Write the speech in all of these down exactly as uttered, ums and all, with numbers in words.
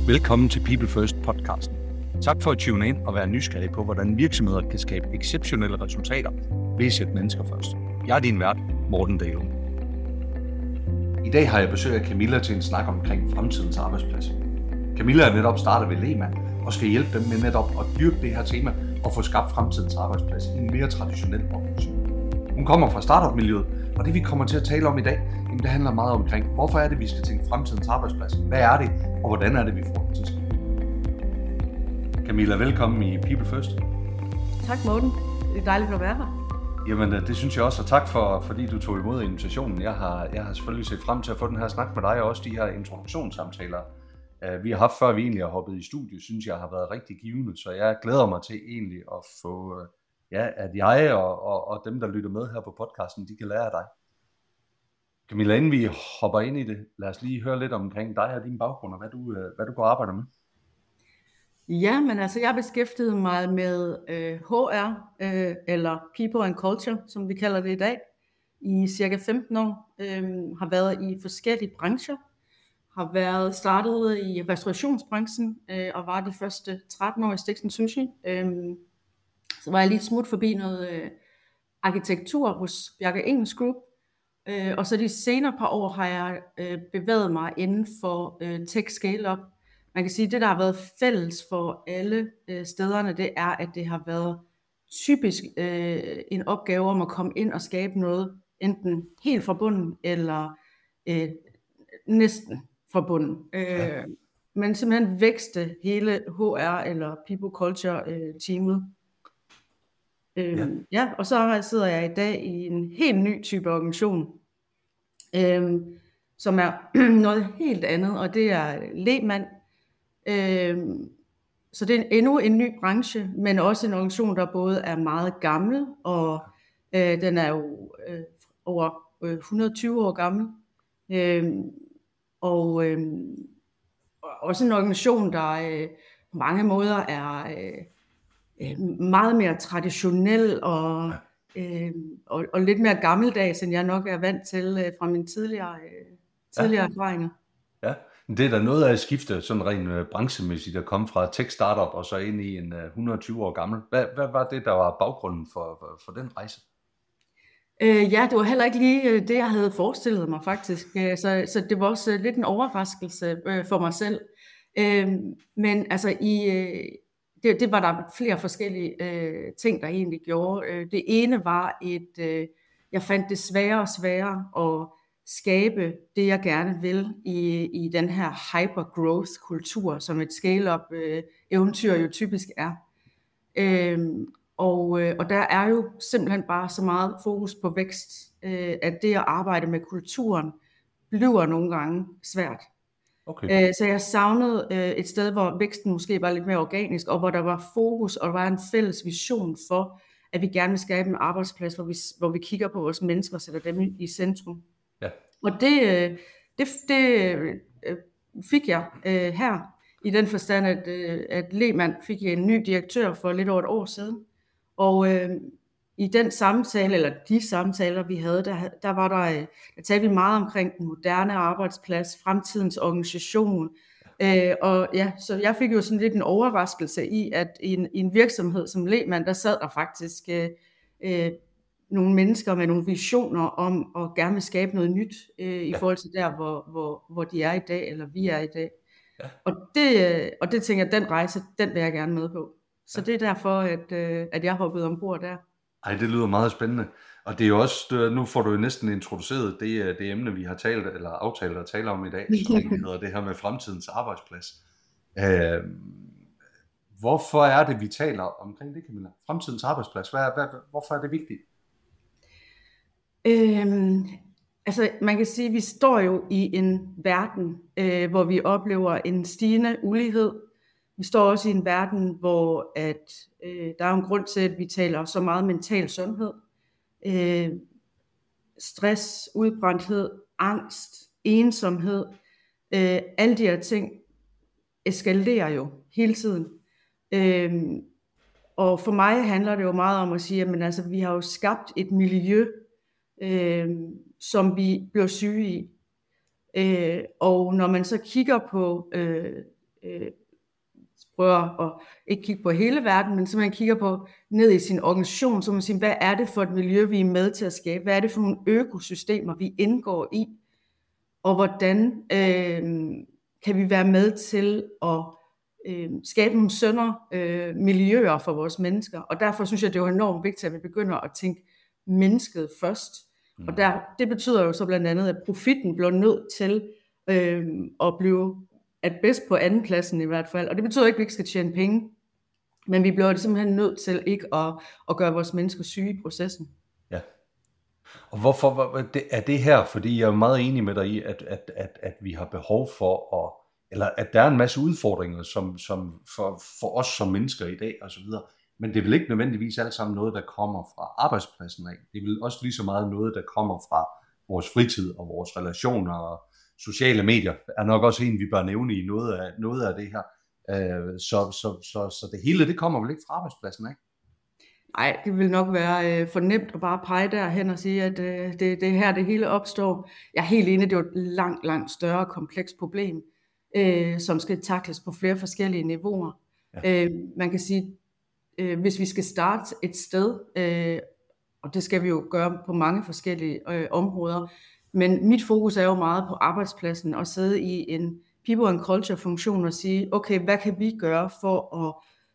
Velkommen til People First podcasten. Tak for at tune ind og være nysgerrig på, hvordan virksomheder kan skabe exceptionelle resultater ved at sætte mennesker først. Jeg er din vært, Morten Dahlum. I dag har jeg besøg af Camilla til en snak omkring fremtidens arbejdsplads. Camilla er netop startet ved Lehman og skal hjælpe dem med netop at dyrke det her tema og få skabt fremtidens arbejdsplads i en mere traditionel organisation. Hun kommer fra startup-miljøet, og det vi kommer til at tale om i dag, jamen, det handler meget omkring, hvorfor er det, vi skal tænke fremtidens arbejdsplads? Hvad er det, og hvordan er det, vi får det til? Camilla, velkommen i People First. Tak Morten, det er dejligt at være her. Jamen, det synes jeg også, og tak for, fordi du tog imod invitationen. Jeg har, jeg har selvfølgelig set frem til at få den her snak med dig, og også de her introduktionssamtaler, vi har haft, før vi egentlig har hoppet i studiet, synes jeg har været rigtig givende, så jeg glæder mig til egentlig at få, ja, at jeg og, og, og dem, der lytter med her på podcasten, de kan lære af dig. Camilla, inden vi hopper ind i det, lad os lige høre lidt omkring dig og din baggrund, og hvad du, hvad du går og arbejder med. Ja, men altså jeg har beskæftiget mig med øh, H R, øh, eller People and Culture, som vi kalder det i dag, i cirka femten år. Øh, har været i forskellige brancher. Har været startet i restaurationsbranchen, øh, og var de første tretten år i Stix and Sushi. Øh, så var jeg lige smut forbi noget øh, arkitektur hos Bjarke Ingels Group. Øh, og så de senere par år har jeg øh, bevæget mig inden for øh, tech scale-up. Man kan sige, at det, der har været fælles for alle øh, stederne, det er, at det har været typisk øh, en opgave om at komme ind og skabe noget, enten helt fra bunden, eller øh, næsten fra bunden. Ja. Øh, men simpelthen vækste hele H R, eller People Culture øh, teamet. Øh, ja. ja, og så sidder jeg i dag i en helt ny type organisation, øh, som er noget helt andet, og det er Lehman. Øhm, så det er endnu en ny branche, men også en organisation, der både er meget gammel, og øh, den er jo øh, over øh, et hundrede og tyve år gammel, øhm, og øh, også en organisation, der øh, på mange måder er øh, meget mere traditionel og, øh, og, og lidt mere gammeldags, end jeg nok er vant til øh, fra mine tidligere, øh, tidligere ja. erfaringer. Ja. Det er da noget af at skifte sådan rent uh, branchemæssigt at komme fra tech startup og så ind i en uh, et hundrede og tyve år gammel. Hvad, hvad var det, der var baggrunden for, for, for den rejse? Øh, ja, det var heller ikke lige det, jeg havde forestillet mig faktisk. Så, så det var også lidt en overraskelse øh, for mig selv. Øh, men altså, i, øh, det, det var der flere forskellige øh, ting, der egentlig gjorde. Øh, det ene var, et, øh, jeg fandt det sværere og sværere at skabe det, jeg gerne vil i, i den her hyper-growth-kultur, som et scale-up-eventyr jo typisk er. Øhm, og, øh, og der er jo simpelthen bare så meget fokus på vækst, øh, at det at arbejde med kulturen bliver nogle gange svært. Okay. Øh, så jeg savnede øh, et sted, hvor væksten måske var lidt mere organisk, og hvor der var fokus, og der var en fælles vision for, at vi gerne vil skabe en arbejdsplads, hvor vi, hvor vi kigger på vores mennesker og sætter dem i, i centrum. Ja. Og det, det, det fik jeg øh, her, i den forstand, at, øh, at Lehman fik en ny direktør for lidt over et år siden. Og øh, i den samtale, eller de samtaler, vi havde, der, der, var der, der talte vi meget omkring den moderne arbejdsplads, fremtidens organisation. Øh, og ja, så jeg fik jo sådan lidt en overraskelse i, at i en, i en virksomhed som Lehman, der sad der faktisk øh, øh, nogle mennesker med nogle visioner om at gerne vil skabe noget nyt øh, i ja. forhold til der, hvor, hvor, hvor de er i dag, eller vi er i dag. Ja. Og, det, og det tænker jeg, den rejse, den vil jeg gerne med på. Så ja. det er derfor, at, øh, at jeg hoppede ombord der. Ej, det lyder meget spændende. Og det er jo også, nu får du jo næsten introduceret det, det emne, vi har talt, eller aftalt at tale om i dag, som hedder det her med fremtidens arbejdsplads. Øh, hvorfor er det, vi taler omkring det, Camilla? Fremtidens arbejdsplads, hvad, hvad, hvorfor er det vigtigt? Øhm, altså man kan sige, at vi står jo i en verden, øh, hvor vi oplever en stigende ulighed. Vi står også i en verden, hvor at, øh, der er en grund til, at vi taler så meget mental sundhed. Øh, stress, udbrændthed, angst, ensomhed, øh, alle de her ting eskalerer jo hele tiden. Øh, og for mig handler det jo meget om at sige, at altså, vi har jo skabt et miljø, Øh, som vi bliver syge i. Øh, og når man så kigger på øh, øh, prøver at ikke kigge på hele verden, men simpelthen kigger på ned i sin organisation, så man siger, hvad er det for et miljø, vi er med til at skabe? Hvad er det for nogle økosystemer, vi indgår i? Og hvordan øh, kan vi være med til at øh, skabe nogle sundere øh, miljøer for vores mennesker? Og derfor synes jeg, det er enormt vigtigt, at vi begynder at tænke mennesket først. Mm. Og der, det betyder jo så blandt andet, at profitten bliver nødt til øh, at blive at bedst på andenpladsen i hvert fald. Og det betyder ikke, at vi ikke skal tjene penge, men vi bliver simpelthen nødt til ikke at, at gøre vores mennesker syge i processen. Ja. Og hvorfor er det her? Fordi jeg er meget enig med dig i, at, at, at, at vi har behov for at, eller at der er en masse udfordringer som, som for, for os som mennesker i dag og så videre. Men det er vel ikke nødvendigvis alt sammen noget, der kommer fra arbejdspladsen af. Det er vel også lige så meget noget, der kommer fra vores fritid og vores relationer, og sociale medier er nok også en, vi bør nævne i noget af, noget af det her. Så, så, så, så det hele, det kommer vel ikke fra arbejdspladsen af? Nej, det vil nok være øh, for nemt at bare pege derhen og sige, at øh, det, det er her, det hele opstår. Jeg er helt enig, det er jo et langt, langt større komplekst problem, øh, som skal takles på flere forskellige niveauer. Ja. Øh, man kan sige, øh, hvis vi skal starte et sted, øh, og det skal vi jo gøre på mange forskellige øh, områder, men mit fokus er jo meget på arbejdspladsen og sidde i en people and culture funktion og sige, okay, hvad kan vi gøre for at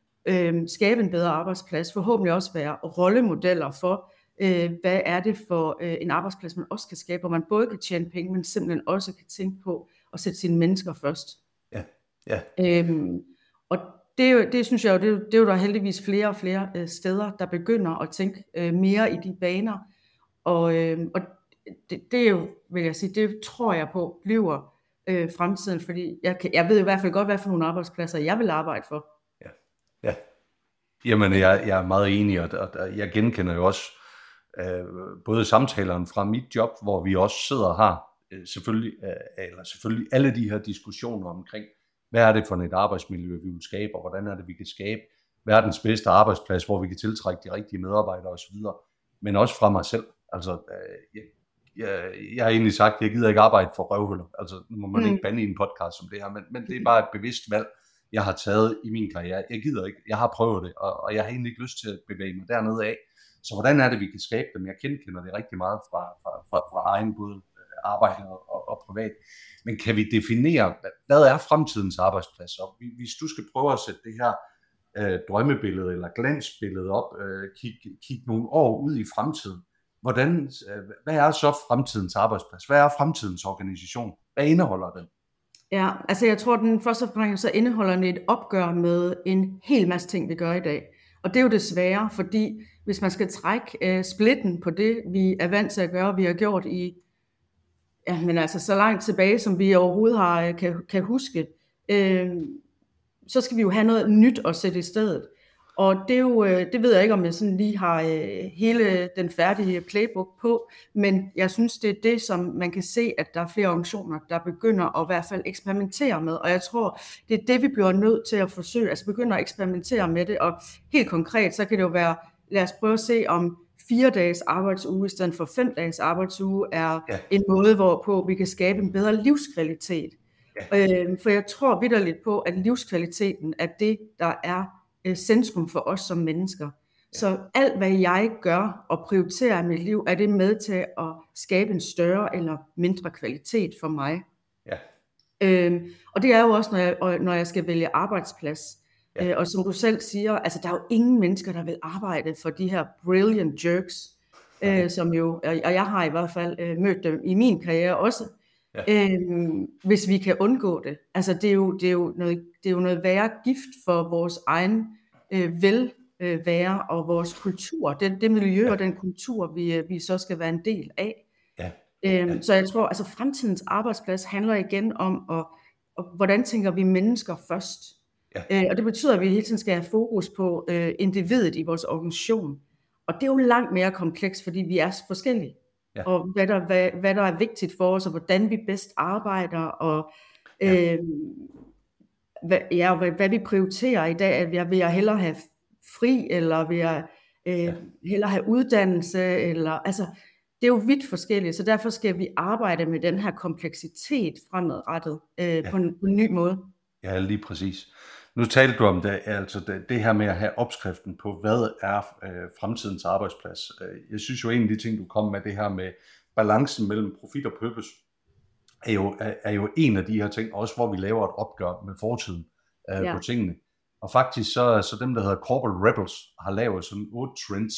øh, skabe en bedre arbejdsplads, forhåbentlig også være rollemodeller for, øh, hvad er det for øh, en arbejdsplads, man også kan skabe, hvor man både kan tjene penge, men simpelthen også kan tænke på at sætte sine mennesker først. Ja, ja. Øhm, og det, er jo, det synes jeg jo, det er jo, det er jo der heldigvis flere og flere øh, steder, der begynder at tænke øh, mere i de baner, og, øh, og det, det er jo, vil jeg sige, det tror jeg på, bliver øh, fremtiden, fordi jeg, kan, jeg ved i hvert fald godt, hvad for nogle arbejdspladser jeg vil arbejde for. Ja, ja. Jamen, jeg, jeg er meget enig, og, og jeg genkender jo også øh, både samtalerne fra mit job, hvor vi også sidder og har øh, selvfølgelig, øh, eller selvfølgelig alle de her diskussioner omkring, hvad er det for et arbejdsmiljø, vi vil skabe, og hvordan er det, vi kan skabe verdens bedste arbejdsplads, hvor vi kan tiltrække de rigtige medarbejdere osv., men også fra mig selv. Altså, øh, jeg, jeg, jeg har egentlig sagt, at jeg gider ikke arbejde for røvhuller. Altså, nu må man mm. ikke bande i en podcast som det her, men, men det er bare et bevidst valg, jeg har taget i min karriere. Jeg gider ikke, jeg har prøvet det, og, og jeg har egentlig ikke lyst til at bevæge mig dernede af. Så hvordan er det, vi kan skabe dem? Jeg kender det rigtig meget fra, fra, fra, fra egen både arbejde og, og privat. Men kan vi definere, hvad er fremtidens arbejdsplads? Og hvis du skal prøve at sætte det her øh, drømmebillede eller glansbillede op, øh, kigge kig nogle år ud i fremtiden, hvordan, øh, hvad er så fremtidens arbejdsplads? Hvad er fremtidens organisation? Hvad indeholder den? Ja, altså jeg tror, den første og fremmest så indeholder den et opgør med en hel masse ting, vi gør i dag. Og det er jo det svære, fordi hvis man skal trække øh, splitten på det, vi er vant til at gøre, vi har gjort i, ja, men altså så langt tilbage, som vi overhovedet har, kan, kan huske, øh, så skal vi jo have noget nyt at sætte i stedet. Og det, er jo, det ved jeg ikke, om jeg sådan lige har øh, hele den færdige playbook på, men jeg synes, det er det, som man kan se, at der er flere organisationer, der begynder at i hvert fald eksperimentere med. Og jeg tror, det er det, vi bliver nødt til at forsøge, altså begynde at eksperimentere med det. Og helt konkret, så kan det jo være, lad os prøve at se, om fire dages arbejdsuge i stedet for fem dages arbejdsuge er ja. en måde, hvorpå vi kan skabe en bedre livskvalitet. Ja. Øh, for jeg tror vitterligt på, at livskvaliteten er det, der er centrum for os som mennesker. Ja. Så alt hvad jeg gør og prioriterer i mit liv, er det med til at skabe en større eller mindre kvalitet for mig. Ja. Øhm, og det er jo også, når jeg, når jeg skal vælge arbejdsplads. Ja. Øh, og som du selv siger, altså der er jo ingen mennesker, der vil arbejde for de her brilliant jerks, ja. øh, som jo, og jeg har i hvert fald øh, mødt dem i min karriere også. Ja. Øhm, hvis vi kan undgå det. Altså det er jo, det er jo, noget, det er jo noget værre gift for vores egen øh, velvære øh, og vores kultur. Det, det miljø ja. og den kultur, vi, vi så skal være en del af. Ja. Øhm, ja. Så jeg tror, altså fremtidens arbejdsplads handler igen om, at, at, hvordan tænker vi mennesker først. Ja. Øh, og det betyder, at vi hele tiden skal have fokus på øh, individet i vores organisation. Og det er jo langt mere komplekst, fordi vi er forskellige. Ja. Og hvad der, hvad, hvad der er vigtigt for os, og hvordan vi bedst arbejder, og ja. øh, hvad, ja, hvad, hvad vi prioriterer i dag, at jeg vil jeg hellere have fri, eller vil jeg øh, ja. hellere have uddannelse, eller, altså, det er jo vidt forskelligt, så derfor skal vi arbejde med den her kompleksitet fremadrettet, øh, ja. på, en, på en ny måde. Ja, lige præcis. Nu talte du om det, altså det, det her med at have opskriften på, hvad er øh, fremtidens arbejdsplads. Øh, Jeg synes jo, en af de ting, du kom med, det her med balancen mellem profit og purpose, er jo, er, er jo en af de her ting, også hvor vi laver et opgør med fortiden øh, på Ja, tingene. Og faktisk så, så dem, der hedder Corporate Rebels, har lavet sådan otte trends,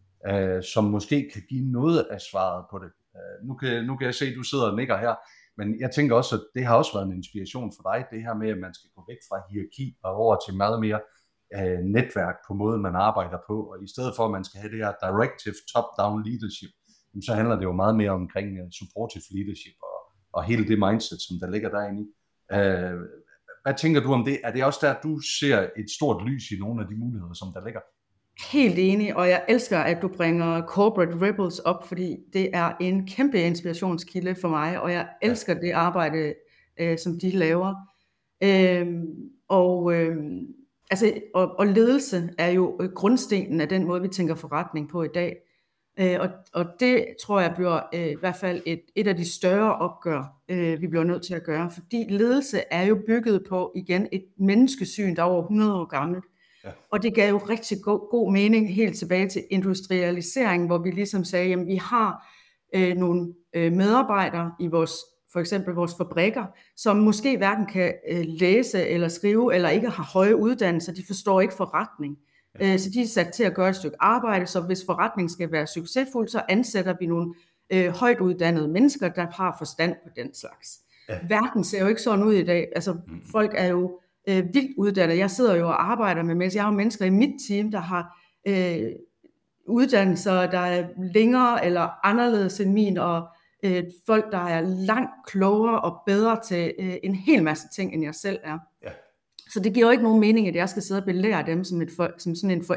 øh, som måske kan give noget af svaret på det. Øh, nu, kan, nu kan jeg se, at du sidder og nikker her, men jeg tænker også, at det har også været en inspiration for dig, det her med, at man skal gå væk fra hierarki og over til meget mere øh, netværk på måden, man arbejder på, og i stedet for, at man skal have det her directive top-down leadership, så handler det jo meget mere omkring uh, supportive leadership og, og hele det mindset, som der ligger derinde i. Uh, hvad tænker du om det? Er det også der, du ser et stort lys i nogle af de muligheder, som der ligger? helt enig, og jeg elsker, at du bringer Corporate Rebels op, fordi det er en kæmpe inspirationskilde for mig, og jeg elsker det arbejde, øh, som de laver. Øhm, og, øhm, altså, og, og ledelse er jo øh, grundstenen af den måde, vi tænker forretning på i dag. Øh, og, og det tror jeg bliver øh, i hvert fald et, et af de større opgør, øh, vi bliver nødt til at gøre. Fordi ledelse er jo bygget på igen et menneskesyn, der er over hundrede år gammelt. Ja. Og det gav jo rigtig god, god mening helt tilbage til industrialiseringen, hvor vi ligesom sagde, jamen vi har øh, nogle øh, medarbejdere i vores, for eksempel vores fabrikker, som måske hverken kan øh, læse eller skrive, eller ikke har høje uddannelser, de forstår ikke forretning. Øh, så de er sat til at gøre et stykke arbejde, så hvis forretningen skal være succesfuld, så ansætter vi nogle øh, højt uddannede mennesker, der har forstand på den slags. Ja. Verden ser jo ikke sådan ud i dag. Altså folk er jo øh, vildt uddannet. Jeg sidder jo og arbejder med mennesker. Jeg har jo mennesker i mit team, der har øh, uddannelser, der er længere eller anderledes end min, og øh, folk, der er langt klogere og bedre til øh, en hel masse ting, end jeg selv er. Ja. Så det giver jo ikke nogen mening, at jeg skal sidde og belære dem som, et for, som sådan en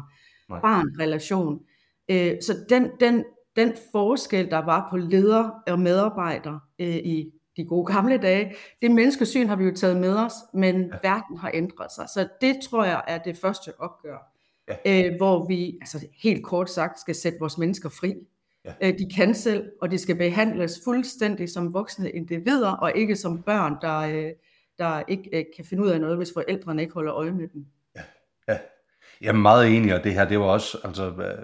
forældre-barn-relation. Øh, så den, den, den forskel, der var på leder og medarbejdere øh, i de gode gamle dage, det menneskesyn har vi jo taget med os, men ja. Verden har ændret sig. Så det tror jeg er det første opgør, ja. øh, hvor vi altså helt kort sagt skal sætte vores mennesker fri. Ja. Øh, de kan selv, og de skal behandles fuldstændig som voksne individer, og ikke som børn, der... Øh, der ikke øh, kan finde ud af noget, hvis forældrene ikke holder øje med dem. Ja, ja. Jeg er meget enig, og det her, det var også, altså,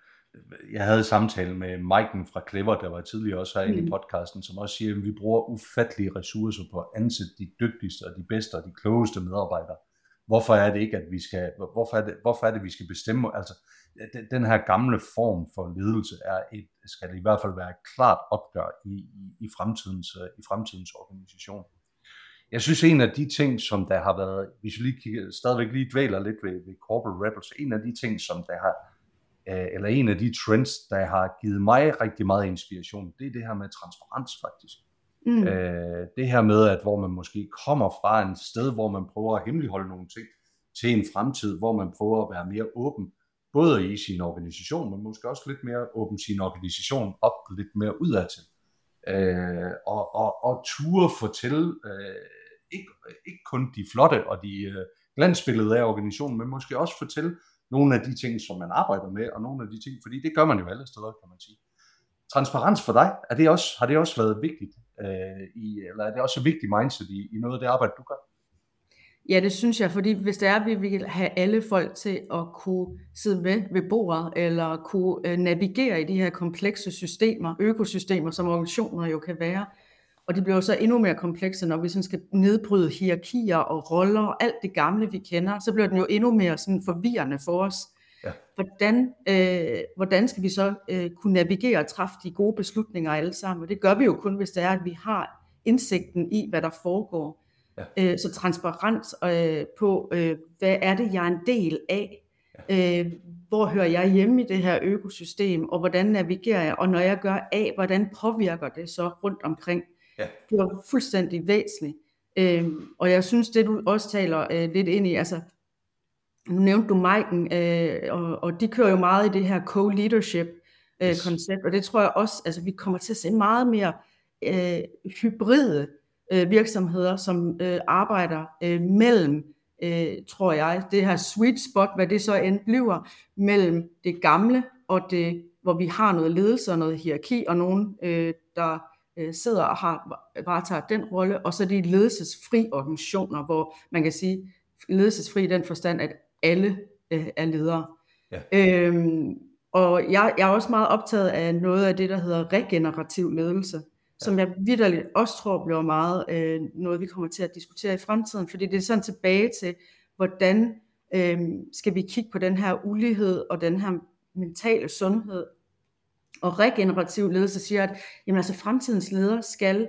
jeg havde samtale med Maiken fra Clever, der var tidligere også herinde mm. i podcasten, som også siger, at vi bruger ufattelige ressourcer på at ansætte de dygtigste og de bedste og de klogeste medarbejdere. Hvorfor er det ikke, at vi skal, hvorfor er det, hvorfor er det, vi skal bestemme, altså, den her gamle form for ledelse er et, skal det i hvert fald være et klart opgør i, i, i, fremtidens, i fremtidens organisation. Jeg synes, en af de ting, som der har været, hvis vi lige, stadigvæk lige dvæler lidt ved, ved Corporate Rebels, en af de ting, som der har, eller en af de trends, der har givet mig rigtig meget inspiration, det er det her med transparens faktisk. Mm. Øh, det her med, at hvor man måske kommer fra en sted, hvor man prøver at hemmeligholde nogle ting, til en fremtid, hvor man prøver at være mere åben, både i sin organisation, men måske også lidt mere åben sin organisation op, lidt mere udadtil. Øh, og, og, og ture fortælle, øh, ikke, ikke kun de flotte og de øh, glansbilleder af organisationen, men måske også fortælle nogle af de ting, som man arbejder med, og nogle af de ting, fordi det gør man jo alle steder, kan man sige. Transparens for dig, er det også, har det også været vigtigt, øh, i, eller er det også et vigtigt mindset i, i noget af det arbejde, du gør? Ja, det synes jeg, fordi hvis det er, at vi vil have alle folk til at kunne sidde med ved bordet, eller kunne øh, navigere i de her komplekse systemer, økosystemer, som organisationer jo kan være, og det bliver jo så endnu mere komplekse, når vi sådan skal nedbryde hierarkier og roller og alt det gamle, vi kender, så bliver den jo endnu mere sådan forvirrende for os. Ja. Hvordan, øh, hvordan skal vi så øh, kunne navigere og træffe de gode beslutninger alle sammen? Og det gør vi jo kun, hvis det er, at vi har indsigten i, hvad der foregår. Ja. Øh, så transparens øh, på, øh, hvad er det, jeg er en del af? Ja. Øh, hvor hører jeg hjemme i det her økosystem, og hvordan navigerer jeg? Og når jeg gør A, hvordan påvirker det så rundt omkring? Ja. Det er fuldstændig væsentligt. Øh, og jeg synes, det du også taler øh, lidt ind i, altså nu nævnte du Maiken, øh, og, og de kører jo meget i det her co-leadership øh, yes. koncept, og det tror jeg også, altså vi kommer til at se meget mere øh, hybride øh, virksomheder, som øh, arbejder øh, mellem, øh, tror jeg, det her sweet spot, hvad det så end bliver, mellem det gamle og det, hvor vi har noget ledelse og noget hierarki, og nogen, øh, der øh, sidder og har, varetager den rolle, og så de ledelsesfri organisationer, hvor man kan sige ledelsesfri i den forstand, at alle øh, er ledere. Ja. Øhm, og jeg, jeg er også meget optaget af noget af det, der hedder regenerativ ledelse, som jeg vitterligt også tror bliver meget øh, noget, vi kommer til at diskutere i fremtiden, fordi det er sådan tilbage til, hvordan øh, skal vi kigge på den her ulighed og den her mentale sundhed. Og regenerativ ledelse siger, at jamen, altså, fremtidens ledere skal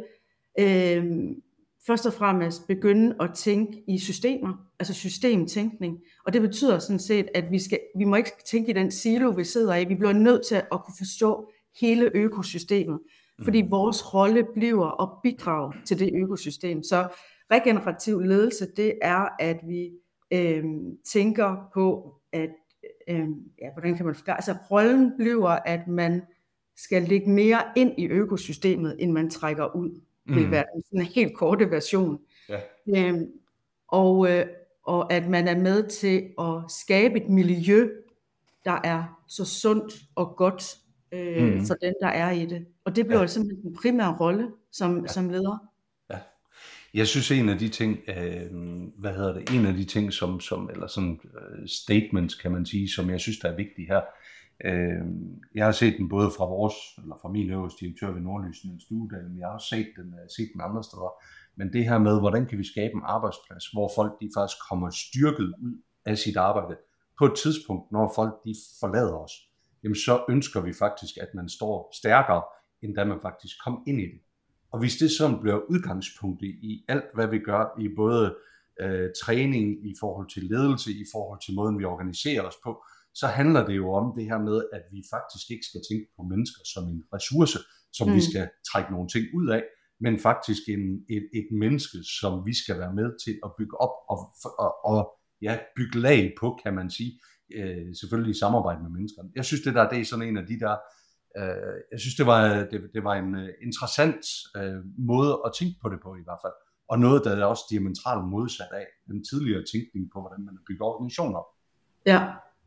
øh, først og fremmest begynde at tænke i systemer, altså systemtænkning. Og det betyder sådan set, at vi, skal, vi må ikke tænke i den silo, vi sidder i. Vi bliver nødt til at kunne forstå hele økosystemet, fordi vores rolle bliver at bidrage til det økosystem. Så regenerativ ledelse, det er, at vi øh, tænker på, at øh, ja, hvordan kan man forklare? Altså rollen bliver, at man skal lægge mere ind i økosystemet, end man trækker ud. Det vil være sådan en helt korte version. Ja. Øhm, og, øh, og at man er med til at skabe et miljø, der er så sundt og godt øh, mm. for den, der er i det. Og det bliver ja. simpelthen en primær rolle som, ja. som leder. Ja. Jeg synes en af de ting, øh, hvad hedder det, en af de ting som, som eller sådan uh, statements kan man sige, som jeg synes der er vigtige her. Øh, jeg har set den både fra vores, eller fra min øverste direktør ved Nordlysen, en studie, men jeg har også set den, set den andre steder. Men det her med, hvordan kan vi skabe en arbejdsplads, hvor folk de faktisk kommer styrket ud af sit arbejde på et tidspunkt, når folk de forlader os, jamen så ønsker vi faktisk, at man står stærkere, end da man faktisk kom ind i det. Og hvis det sådan bliver udgangspunktet i alt, hvad vi gør, i både øh, træning, i forhold til ledelse, i forhold til måden, vi organiserer os på, så handler det jo om det her med, at vi faktisk ikke skal tænke på mennesker som en ressource, som mm. vi skal trække nogle ting ud af, men faktisk en, et, et menneske, som vi skal være med til at bygge op og, og, og ja, bygge lag på, kan man sige, øh, selvfølgelig i samarbejde med menneskerne. Jeg synes, det der det er sådan en af de der, øh, jeg synes, det var, det, det var en uh, interessant uh, måde at tænke på det på i hvert fald, og noget, der er også diametralt modsat af den tidligere tænkning på, hvordan man bygger organisationer op. Ja.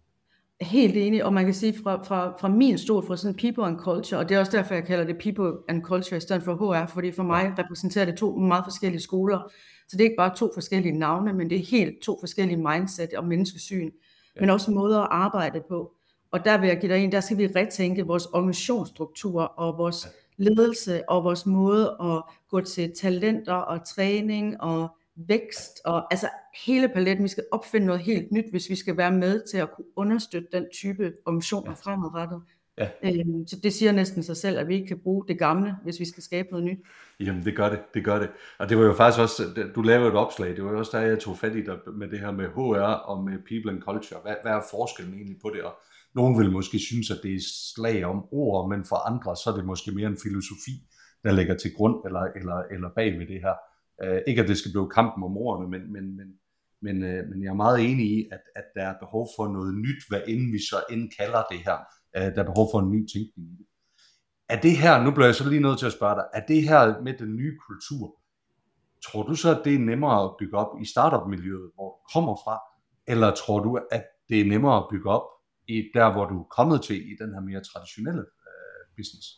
Helt enig, og man kan sige fra, fra, fra min stol fra sådan people and culture, og det er også derfor, jeg kalder det people and culture i stedet for H R, fordi for mig repræsenterer det to meget forskellige skoler, så det er ikke bare to forskellige navne, men det er helt to forskellige mindset og menneskesyn, ja. Men også måder at arbejde på. Og der vil jeg give dig en, der skal vi retænke vores organisationsstruktur og vores ledelse og vores måde at gå til talenter og træning og vækst, og altså hele paletten. Vi skal opfinde noget helt nyt, hvis vi skal være med til at kunne understøtte den type organisationer ja. fremadrettet. Ja. Øhm, så det siger næsten sig selv, at vi ikke kan bruge det gamle, hvis vi skal skabe noget nyt. Jamen det gør det, det gør det. Og det var jo faktisk også, du lavede et opslag, det var jo også der, jeg tog fat i dig med det her med H R og med people and culture. Hvad, hvad er forskellen egentlig på det? Og nogen vil måske synes, at det er slag om ord, men for andre, så er det måske mere en filosofi, der ligger til grund eller, eller, eller bag ved det her. Uh, ikke at det skal blive kampen om ordene, men, men, men, men, uh, men jeg er meget enig i, at, at der er behov for noget nyt, hvad end vi så end kalder det her. Uh, der er behov for en ny tænkning i det. Er det her, nu bliver jeg så lige nødt til at spørge dig, er det her med den nye kultur, tror du så, at det er nemmere at bygge op i startup-miljøet, hvor du kommer fra, eller tror du, at det er nemmere at bygge op i der, hvor du er kommet til i den her mere traditionelle uh, business?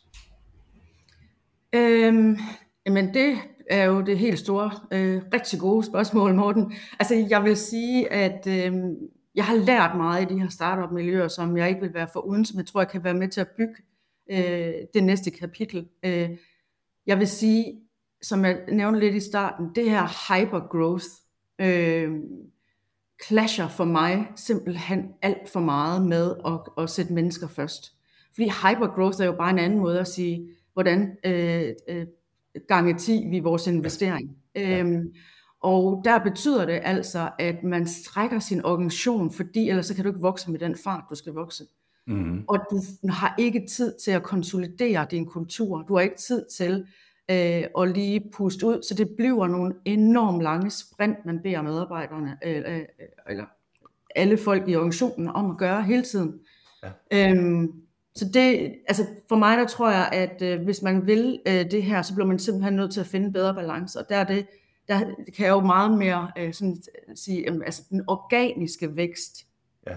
Øhm, jamen det er jo det helt store, øh, rigtig gode spørgsmål, Morten. Altså jeg vil sige, at øh, jeg har lært meget i de her startup-miljøer, som jeg ikke vil være foruden, som jeg tror, jeg kan være med til at bygge øh, det næste kapitel. Øh, jeg vil sige, som jeg nævnte lidt i starten, det her hypergrowth øh, clasher for mig simpelthen alt for meget med at, at sætte mennesker først. Fordi hypergrowth er jo bare en anden måde at sige, hvordan øh, øh, gange ti vi vores investering. Ja. Øhm, og der betyder det altså, at man strækker sin organisation, fordi ellers så kan du ikke vokse med den fart, du skal vokse. Mm-hmm. Og du har ikke tid til at konsolidere din kultur. Du har ikke tid til øh, at lige puste ud, så det bliver nogle enormt lange sprint, man beder medarbejderne, øh, øh, eller alle folk i organisationen om at gøre hele tiden. Ja. Øhm, Så det, altså for mig der tror jeg, at øh, hvis man vil øh, det her, så bliver man simpelthen nødt til at finde en bedre balance. Og der er det, der kan jeg jo meget mere øh, sådan sige, øh, altså den organiske vækst. Ja.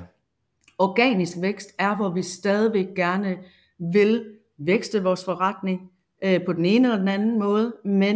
Organisk vækst er, hvor vi stadigvæk gerne vil vækste vores forretning, øh, på den ene eller den anden måde, men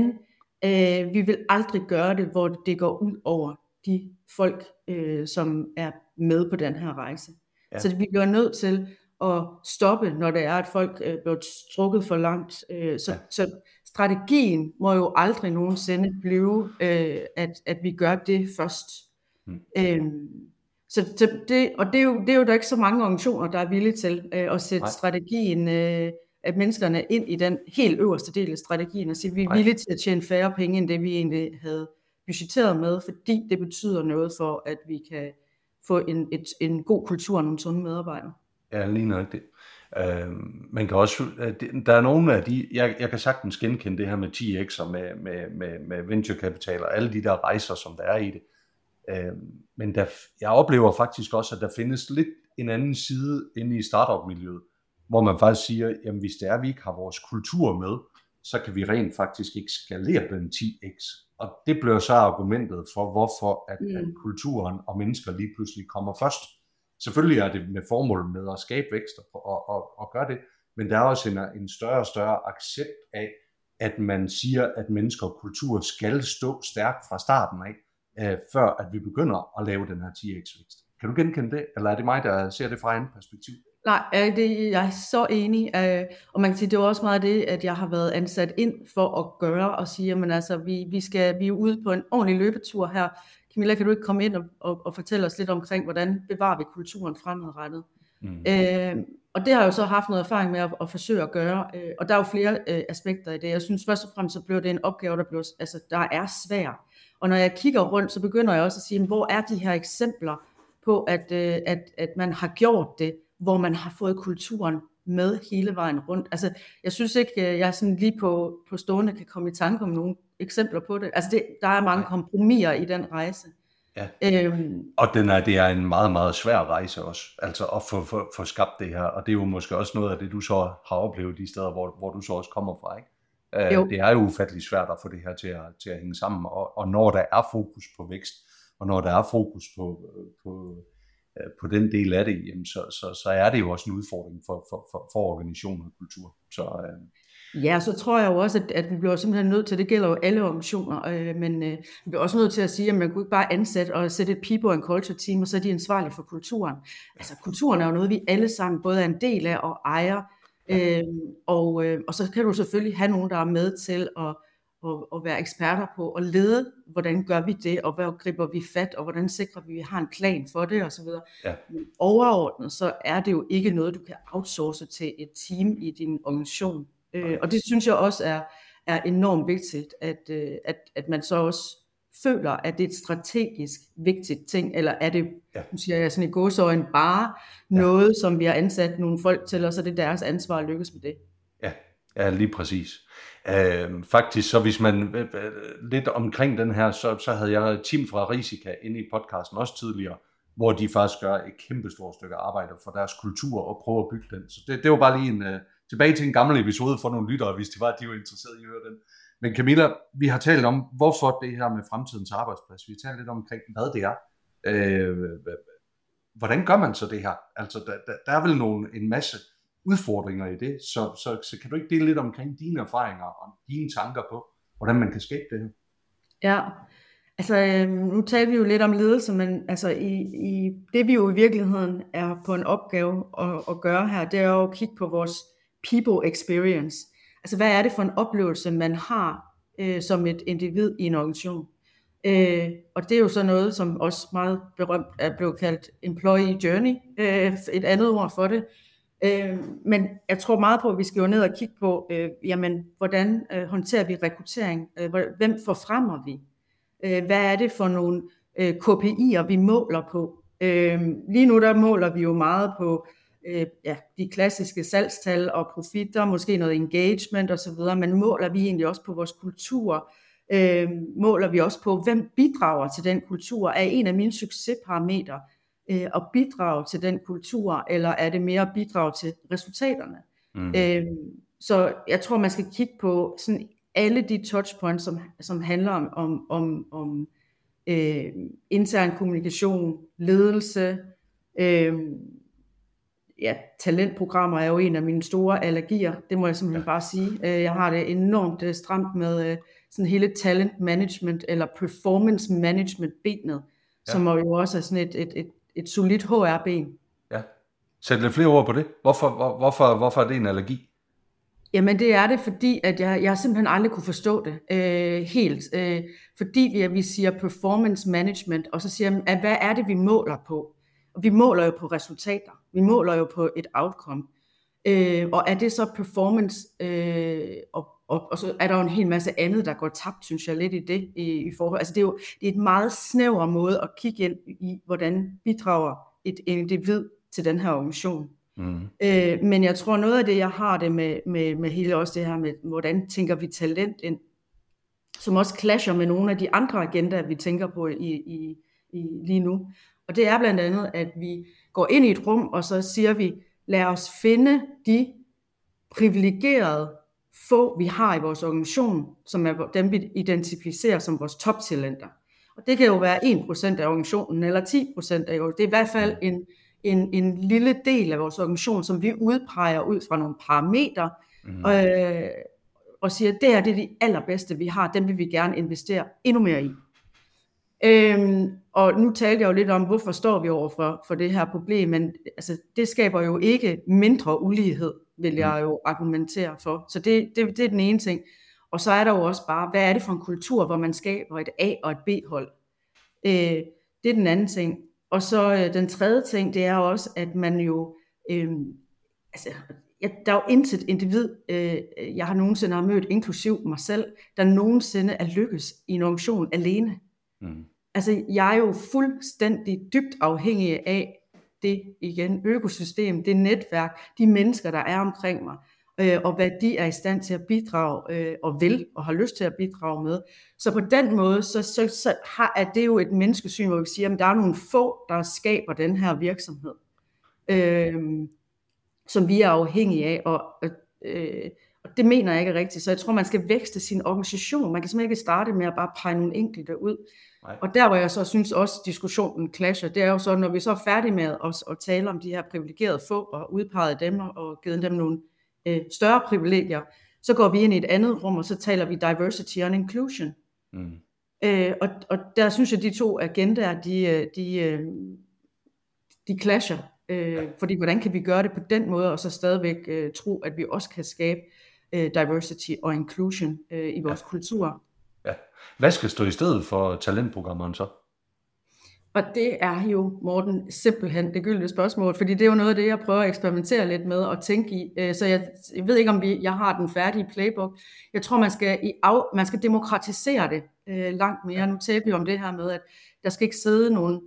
øh, vi vil aldrig gøre det, hvor det går ud over de folk, øh, som er med på den her rejse. Ja. Så vi bliver nødt til at stoppe, når det er, at folk øh, bliver strukket for langt. Øh, så, Ja. så strategien må jo aldrig nogensinde blive, øh, at, at vi gør det først. Mm. Øhm, så, så det, og det er, jo, det er jo der ikke så mange organisationer, der er villige til øh, at sætte Nej. strategien, øh, at menneskerne ind i den helt øverste del af strategien, og sige, at vi er Nej. villige til at tjene færre penge, end det vi egentlig havde budgetteret med, fordi det betyder noget for, at vi kan få en, et, en god kultur og nogle sunde medarbejdere. Ja, lige nok det. Øh, man kan også, der er nogle af de, jeg, jeg kan sagtens genkende det her med ti x og med, med, med, med venture capital og alle de der rejser, som der er i det. Øh, men der, jeg oplever faktisk også, at der findes lidt en anden side inde i startup-miljøet, hvor man faktisk siger, jamen hvis det er, at vi ikke har vores kultur med, så kan vi rent faktisk ikke skalere den ti x. Og det bliver så argumentet for, hvorfor at, mm. at kulturen og mennesker lige pludselig kommer først. Selvfølgelig er det med formål med at skabe vækst og, og, og, og gøre det, men der er også en, en større og større accept af, at man siger, at mennesker og kultur skal stå stærkt fra starten af, øh, før at vi begynder at lave den her ti x vækst. Kan du genkende det, eller er det mig, der ser det fra et andet perspektiv? Nej, det, jeg er så enig, og man kan sige, det er også meget det, at jeg har været ansat ind for at gøre, og sige, men altså, vi, vi, skal, vi er ude på en ordentlig løbetur her. Camilla, kan du ikke komme ind og, og, og fortælle os lidt omkring, hvordan bevarer vi kulturen fremadrettet? Mm. Øh, og det har jeg jo så haft noget erfaring med at, at forsøge at gøre, øh, og der er jo flere øh, aspekter i det. Jeg synes først og fremmest, så bliver det en opgave, der, bliver, altså, der er svær. Og når jeg kigger rundt, så begynder jeg også at sige, hvor er de her eksempler på, at, øh, at, at man har gjort det, hvor man har fået kulturen med hele vejen rundt. Altså, jeg synes ikke, jeg sådan lige på, på stående kan komme i tanke om nogle eksempler på det. Altså, det, der er mange kompromiser i den rejse. Ja. Øhm, og den er, det er en meget, meget svær rejse også, altså at få, få, få skabt det her, og det er jo måske også noget af det, du så har oplevet de steder, hvor, hvor du så også kommer fra, ikke? Uh, det er jo ufattelig svært at få det her til at, til at hænge sammen, og, og når der er fokus på vækst, og når der er fokus på, på på den del af det, jamen, så, så, så er det jo også en udfordring for, for, for, for organisation og kultur. Så, øh. Ja, så tror jeg jo også, at, at vi bliver simpelthen nødt til, det gælder jo alle organisationer, øh, men øh, vi bliver også nødt til at sige, at man kunne ikke bare ansætte og sætte et people and culture team, og så er de ansvarlige for kulturen. Altså kulturen er jo noget, vi alle sammen både er en del af og ejer, øh, og, øh, og så kan du selvfølgelig have nogen, der er med til at Og, og være eksperter på at lede, hvordan gør vi det, og hvad griber vi fat, og hvordan sikrer vi, at vi har en plan for det, osv. Ja. Men overordnet, så er det jo ikke noget, du kan outsource til et team i din organisation. Øh, og det synes jeg også er, er enormt vigtigt, at, at, at man så også føler, at det er et strategisk vigtigt ting, eller er det, ja. nu siger jeg sådan i gåseøjne, bare ja. noget, som vi har ansat nogle folk til, og så er det deres ansvar at lykkes med det. Ja, ja lige præcis. Øh, faktisk, så hvis man øh, lidt omkring den her, så, så havde jeg Tim fra Risika inde i podcasten også tidligere, hvor de faktisk gør et kæmpestort stykke arbejde for deres kultur og prøver at bygge den. Så det, det var bare lige en, uh, tilbage til en gammel episode for nogle lyttere, hvis de var, de var interesserede i at høre den. Men Camilla, vi har talt om, hvorfor det her med fremtidens arbejdsplads. Vi har talt lidt omkring, hvad det er. Øh, hvordan gør man så det her? Altså, der, der, der er vel nogle, en masse udfordringer i det, så, så, så kan du ikke dele lidt omkring dine erfaringer og dine tanker på, hvordan man kan skabe det her? Ja, altså øh, nu taler vi jo lidt om ledelse, men altså i, i det vi jo i virkeligheden er på en opgave at, at gøre her, det er jo at kigge på vores people experience. Altså hvad er det for en oplevelse, man har øh, som et individ i en organisation? Øh, og det er jo så noget, som også meget berømt er blevet kaldt employee journey, øh, et andet ord for det. Øh, men jeg tror meget på, at vi skal jo ned og kigge på, øh, jamen, hvordan øh, håndterer vi rekruttering? Øh, hvem forfremmer vi? Øh, hvad er det for nogle øh, K P I'er, vi måler på? Øh, lige nu der måler vi jo meget på øh, ja, de klassiske salgstal og profitter, måske noget engagement osv., men måler vi egentlig også på vores kultur? Øh, måler vi også på, hvem bidrager til den kultur? Er en af mine succesparametre at bidrage til den kultur, eller er det mere at bidrage til resultaterne? Mm. Øhm, så jeg tror, man skal kigge på sådan alle de touchpoints, som, som handler om, om, om, om øh, intern kommunikation, ledelse, øh, ja, talentprogrammer er jo en af mine store allergier, det må jeg simpelthen bare sige. Øh, Jeg har det enormt øh, stramt med øh, sådan hele talent management, eller performance management benet, Ja. som jo også er sådan et, et, et, et solidt H R-ben. Ja. Sæt lidt flere ord på det. Hvorfor, hvor, hvorfor, hvorfor er det en allergi? Jamen det er det, fordi at jeg, jeg simpelthen aldrig kunne forstå det øh, helt. Øh, fordi vi, vi siger performance management, og så siger man, at hvad er det, vi måler på? Og vi måler jo på resultater. Vi måler jo på et outcome. Øh, og er det så performance, øh, og, og, og så er der jo en hel masse andet, der går tabt, synes jeg lidt i det i, i forhold. Altså det er jo det er et meget snæver måde at kigge ind i, hvordan bidrager et individ til den her organisation. Mm. Øh, men jeg tror noget af det, jeg har det med, med, med hele også det her med, hvordan tænker vi talent ind, som også clasher med nogle af de andre agendaer, vi tænker på i, i, i lige nu. Og det er blandt andet, at vi går ind i et rum, og så siger vi, lad os finde de privilegerede få, vi har i vores organisation, som er dem, vi identificerer som vores toptalenter. Og det kan jo være en procent af organisationen, eller ti procent af det er i hvert fald en En, en lille del af vores organisation, som vi udpeger ud fra nogle parametre, mm. øh, og siger, at det her det er de allerbedste, vi har, dem vil vi gerne investere endnu mere i. Øhm, og nu talte jeg jo lidt om, hvorfor står vi over for, for det her problem, men altså, det skaber jo ikke mindre ulighed, vil jeg jo argumentere for. Så det, det, det er den ene ting. Og så er der jo også bare, hvad er det for en kultur, hvor man skaber et A- og et B-hold? Øh, det er den anden ting. Og så øh, den tredje ting, det er også, at man jo, øh, altså, ja, der er jo intet individ, øh, jeg har nogensinde har mødt, inklusiv mig selv, der nogensinde er lykkes i en organisation alene. Mm. Altså, jeg er jo fuldstændig dybt afhængig af det, igen, økosystem, det netværk, de mennesker, der er omkring mig, øh, og hvad de er i stand til at bidrage, øh, og vil, og har lyst til at bidrage med. Så på den måde, så, så, så har, er det jo et menneskesyn, hvor vi siger, at der er nogle få, der skaber den her virksomhed, øh, som vi er afhængige af, og, øh, og det mener jeg ikke er rigtigt. Så jeg tror, man skal vækste sin organisation. Man kan simpelthen ikke starte med at bare pege nogle enkelte ud. Nej. Og der, hvor jeg så synes også, diskussionen clasher, det er jo så, når vi så er færdige med at, at tale om de her privilegerede få, og udpeget dem, og givet dem nogle øh, større privilegier, så går vi ind i et andet rum, og så taler vi diversity and inclusion. Mm. Øh, og, og der synes jeg, de to agendaer, de, de, de clasher. Øh, fordi hvordan kan vi gøre det på den måde, og så stadigvæk øh, tro, at vi også kan skabe øh, diversity og inclusion øh, i vores ja. kultur. Ja. Hvad skal stå i stedet for talentprogrammerne så? Og det er jo, Morten, simpelthen det gyldne spørgsmål, fordi det er jo noget af det, jeg prøver at eksperimentere lidt med og tænke i. Så jeg, jeg ved ikke, om vi, jeg har den færdige playbook. Jeg tror, man skal, i af, man skal demokratisere det øh, langt mere. Nu taler vi om det her med, at der skal ikke sidde nogen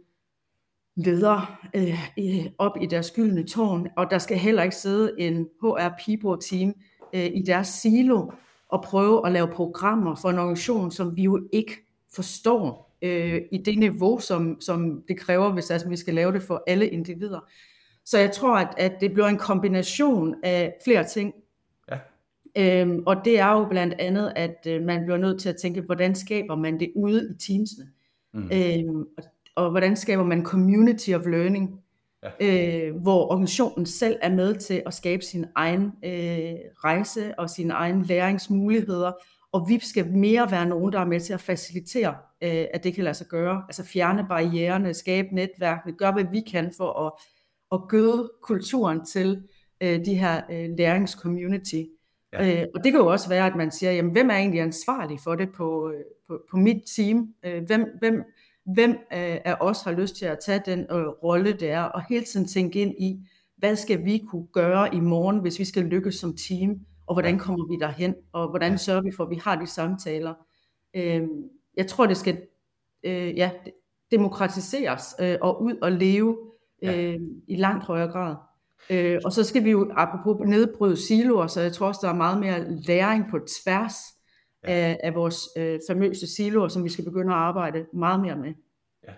ledere øh, op i deres gyldne tårn, og der skal heller ikke sidde en H R people team øh, i deres silo og prøve at lave programmer for en organisation, som vi jo ikke forstår øh, i det niveau, som, som det kræver, hvis altså, vi skal lave det for alle individer. Så jeg tror, at, at det bliver en kombination af flere ting. Ja. Øhm, og det er jo blandt andet, at øh, man bliver nødt til at tænke, hvordan skaber man det ude i teamsene? Mm. Øhm, og, og hvordan skaber man community of learning? Ja. Øh, hvor organisationen selv er med til at skabe sin egen øh, rejse og sine egne læringsmuligheder, og vi skal mere være nogen, der er med til at facilitere, øh, at det kan lade sig gøre, altså fjerne barriererne, skabe netværk, gøre hvad vi kan for at, at gøde kulturen til øh, de her øh, læringscommunity. Ja. Øh, og det kan jo også være, at man siger, jamen, hvem er egentlig ansvarlig for det på, på, på mit team? Øh, hvem hvem Hvem af os har lyst til at tage den øh, rolle, det er, og hele tiden tænke ind i, hvad skal vi kunne gøre i morgen, hvis vi skal lykkes som team, og hvordan kommer vi derhen, og hvordan sørger vi for, at vi har de samtaler. Øh, jeg tror, det skal øh, ja, demokratiseres øh, og ud og leve øh, i langt højere grad. Øh, og så skal vi jo, apropos nedbryde siloer, så jeg tror også, der er meget mere læring på tværs Af, af vores øh, famøse siloer, som vi skal begynde at arbejde meget mere med. Ja.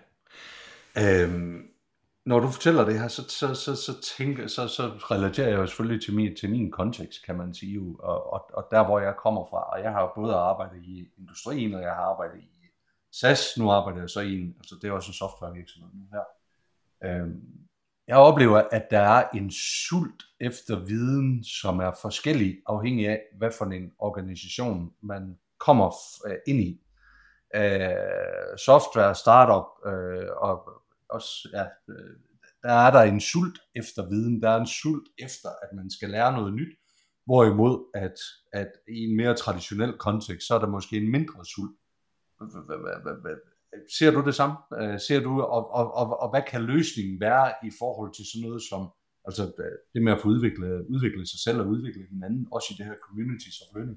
Øhm, når du fortæller det her, så, så, så, så, tænker, så, så relaterer jeg jo selvfølgelig til min, til min kontekst, kan man sige, og, og, og der hvor jeg kommer fra, og jeg har både arbejdet i industrien, og jeg har arbejdet i S A S, nu arbejder jeg så i en, altså det er også en softwarevirksomhed nu her. Øhm, Jeg oplever, at der er en sult efter viden, som er forskellig afhængig af, hvad for en organisation man kommer f- ind i. Øh, software, startup, øh, og også, ja, øh, der er der en sult efter viden, der er en sult efter, at man skal lære noget nyt, hvorimod at, at i en mere traditionel kontekst, så er der måske en mindre sult. Ser du det samme? Ser du, og, og, og, og hvad kan løsningen være i forhold til sådan noget som, altså det med at få udviklet, udvikle sig selv og udvikle hinanden, også i det her communities of learning?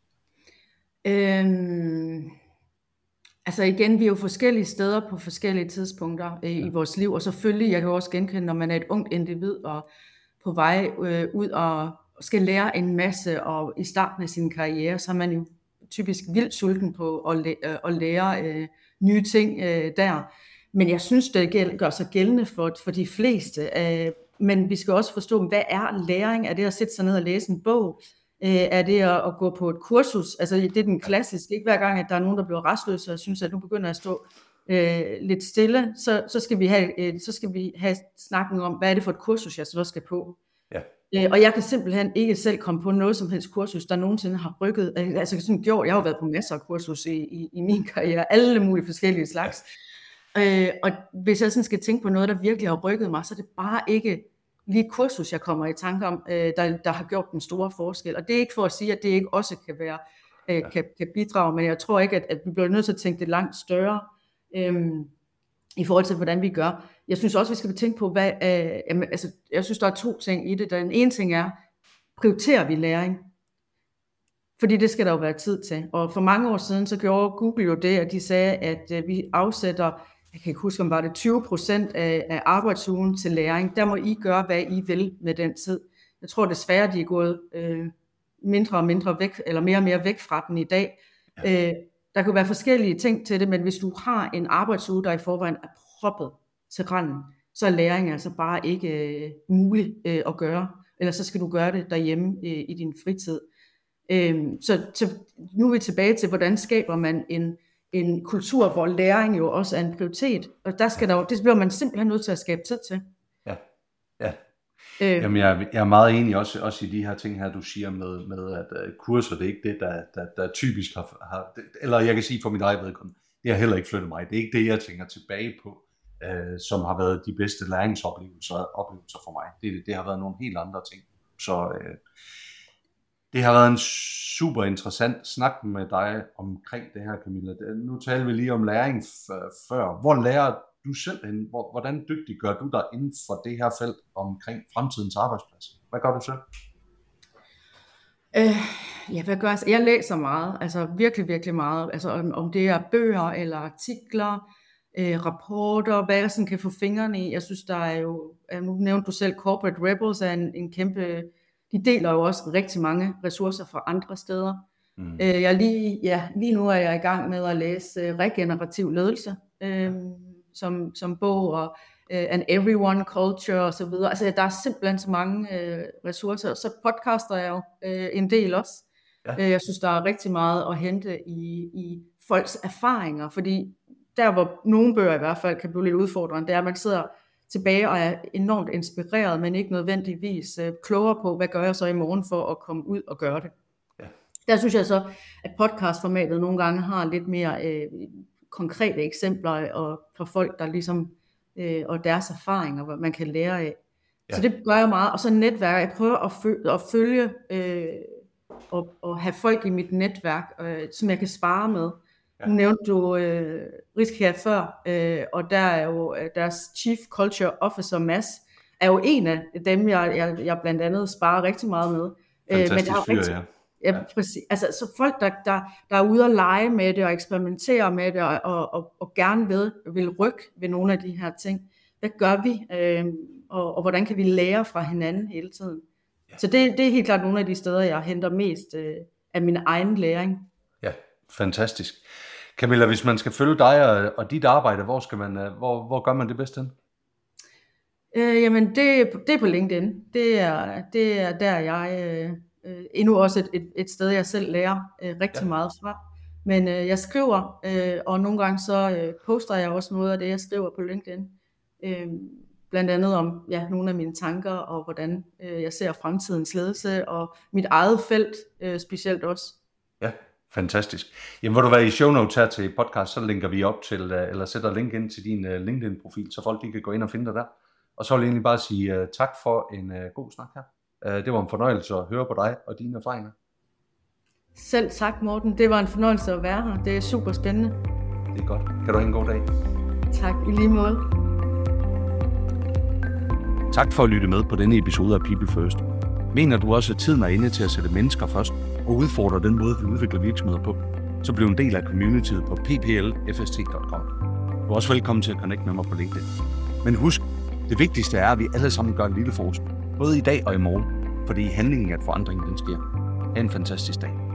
Øhm, altså igen, vi er jo forskellige steder på forskellige tidspunkter øh, ja. i vores liv, og selvfølgelig, jeg kan også genkende, når man er et ungt individ og på vej øh, ud og skal lære en masse, og i starten af sin karriere, så er man jo typisk vildt sulten på at, læ- øh, at lære øh, nye ting øh, der. Men jeg synes, det gæld- gør sig gældende for, for de fleste. Øh, men vi skal også forstå, hvad er læring? Er det at sætte sig ned og læse en bog? Øh, er det at, at gå på et kursus? Altså det er den klassiske. Ikke hver gang, at der er nogen, der bliver rastløse og synes, at nu begynder jeg at stå øh, lidt stille, så, så, skal vi have, øh, så skal vi have snakken om, hvad er det for et kursus, jeg så skal på? Ja. Øh, og jeg kan simpelthen ikke selv komme på noget som helst kursus, der nogensinde har rykket. Altså sådan gjort, jeg har jo været på masser af kursus i, i, i min karriere, alle mulige forskellige slags. Øh, og hvis jeg sådan skal tænke på noget, der virkelig har rykket mig, så er det bare ikke lige et kursus, jeg kommer i tanke om, øh, der, der har gjort den store forskel. Og det er ikke for at sige, at det ikke også kan være øh, kan, kan bidrage, men jeg tror ikke, at, at vi bliver nødt til at tænke det langt større øh, i forhold til, hvordan vi gør. Jeg synes også, vi skal tænke på, hvad, øh, jamen, altså, jeg synes, der er to ting i det. Den ene ting er, prioriterer vi læring? Fordi det skal der jo være tid til. Og for mange år siden, så gjorde Google jo det, at de sagde, at øh, vi afsætter, jeg kan ikke huske, om var det tyve procent af, af arbejdsugen til læring. Der må I gøre, hvad I vil med den tid. Jeg tror desværre, de er gået øh, mindre og mindre væk, eller mere og mere væk fra den i dag. Ja. Øh, der kan være forskellige ting til det, men hvis du har en arbejdsuge, der i forvejen er proppet til randen, så er læring altså bare ikke øh, mulig øh, at gøre. Eller så skal du gøre det derhjemme øh, i din fritid. Øhm, så, så nu er vi tilbage til, hvordan skaber man en, en kultur, hvor læring jo også er en prioritet. Og der skal der jo, det bliver man simpelthen nødt til at skabe tid til. Ja, ja. Øh, Jamen, jeg, jeg er meget enig også, også i de her ting her, du siger med, med at uh, kurser, det er ikke det, der, der, der typisk har, har, eller jeg kan sige for mit eget vedkommende, det har heller ikke flyttet mig. Det er ikke det, jeg tænker tilbage på, uh, som har været de bedste læringsoplevelser oplevelser for mig. Det, det har været nogle helt andre ting. Så uh, det har været en super interessant snak med dig omkring det her, Camilla. Nu taler vi lige om læring før. Hvor lærer du selv hen? Hvordan dygtig gør du dig inden for det her felt omkring fremtidens arbejdsplads? Hvad gør du selv? Øh, ja, hvad gør jeg? Jeg læser meget, altså virkelig, virkelig meget. Altså om, om det er bøger eller artikler, øh, rapporter, hvad jeg sådan kan få fingrene i. Jeg synes, der er jo, nu nævnte du selv, Corporate Rebels er en, en kæmpe, de deler jo også rigtig mange ressourcer fra andre steder. Mm. Øh, jeg lige, ja, lige nu er jeg i gang med at læse uh, regenerativ ledelse, øh, som, som bog, og uh, An Everyone Culture og så videre. Altså der er simpelthen så mange uh, ressourcer. Så podcaster jeg jo uh, en del også. Ja. Uh, jeg synes, der er rigtig meget at hente i, i folks erfaringer, fordi der hvor nogle bøger i hvert fald kan blive lidt udfordrende, det er, at man sidder tilbage og er enormt inspireret, men ikke nødvendigvis uh, klogere på, hvad gør jeg så i morgen for at komme ud og gøre det. Ja. Der synes jeg så, at podcastformatet nogle gange har lidt mere øh, konkrete eksempler og for folk, der ligesom, øh, og deres erfaringer, hvad man kan lære af. Ja. Så det gør jeg meget. Og så netværk. Jeg prøver at følge, at følge øh, og, og have folk i mit netværk, øh, som jeg kan spare med. Ja. Nu nævnte du øh, Rigskia før, øh, og der er jo deres Chief Culture Officer, Mads, er jo en af dem, jeg, jeg, jeg blandt andet sparer rigtig meget med. Fantastisk øh, men fyr, ja. Ja, præcis. Altså, så folk, der, der, der er ude at lege med det og eksperimentere med det og, og, og, og gerne ved, vil rykke ved nogle af de her ting. Hvad gør vi? Øh, og, og hvordan kan vi lære fra hinanden hele tiden? Ja. Så det, det er helt klart nogle af de steder, jeg henter mest øh, af min egen læring. Ja, fantastisk. Camilla, hvis man skal følge dig og, og dit arbejde, hvor, skal man, hvor, hvor gør man det bedst hen? Øh, jamen, det, det er på LinkedIn. Det er, det er der, jeg... Øh, Øh, endnu også et, et, et sted, jeg selv lærer øh, rigtig ja. meget fra. Men øh, jeg skriver, øh, og nogle gange så øh, poster jeg også noget af det, jeg skriver på LinkedIn. Øh, blandt andet om ja, nogle af mine tanker, og hvordan øh, jeg ser fremtidens ledelse, og mit eget felt øh, specielt også. Ja, fantastisk. Jamen, hvor du var i show notes her til podcast, så linker vi op til, eller sætter link ind til din uh, LinkedIn-profil, så folk de kan gå ind og finde dig der. Og så vil jeg egentlig bare sige uh, tak for en uh, god snak her. Uh, det var en fornøjelse at høre på dig og dine erfaringer. Selv tak, Morten. Det var en fornøjelse at være her. Det er super spændende. Det er godt. Kan du have en god dag? Tak, i lige måde. Tak for at lytte med på denne episode af People First. Mener du også, at tiden er inde til at sætte mennesker først og udfordre den måde, vi udvikler virksomheder på, så bliv en del af communityet på p p l f s t punktum com. Du er også velkommen til at connecte med mig på LinkedIn. Men husk, det vigtigste er, at vi alle sammen gør en lille forskel, både i dag og i morgen, fordi handlingen af forandringen den sker. Ha' en fantastisk dag.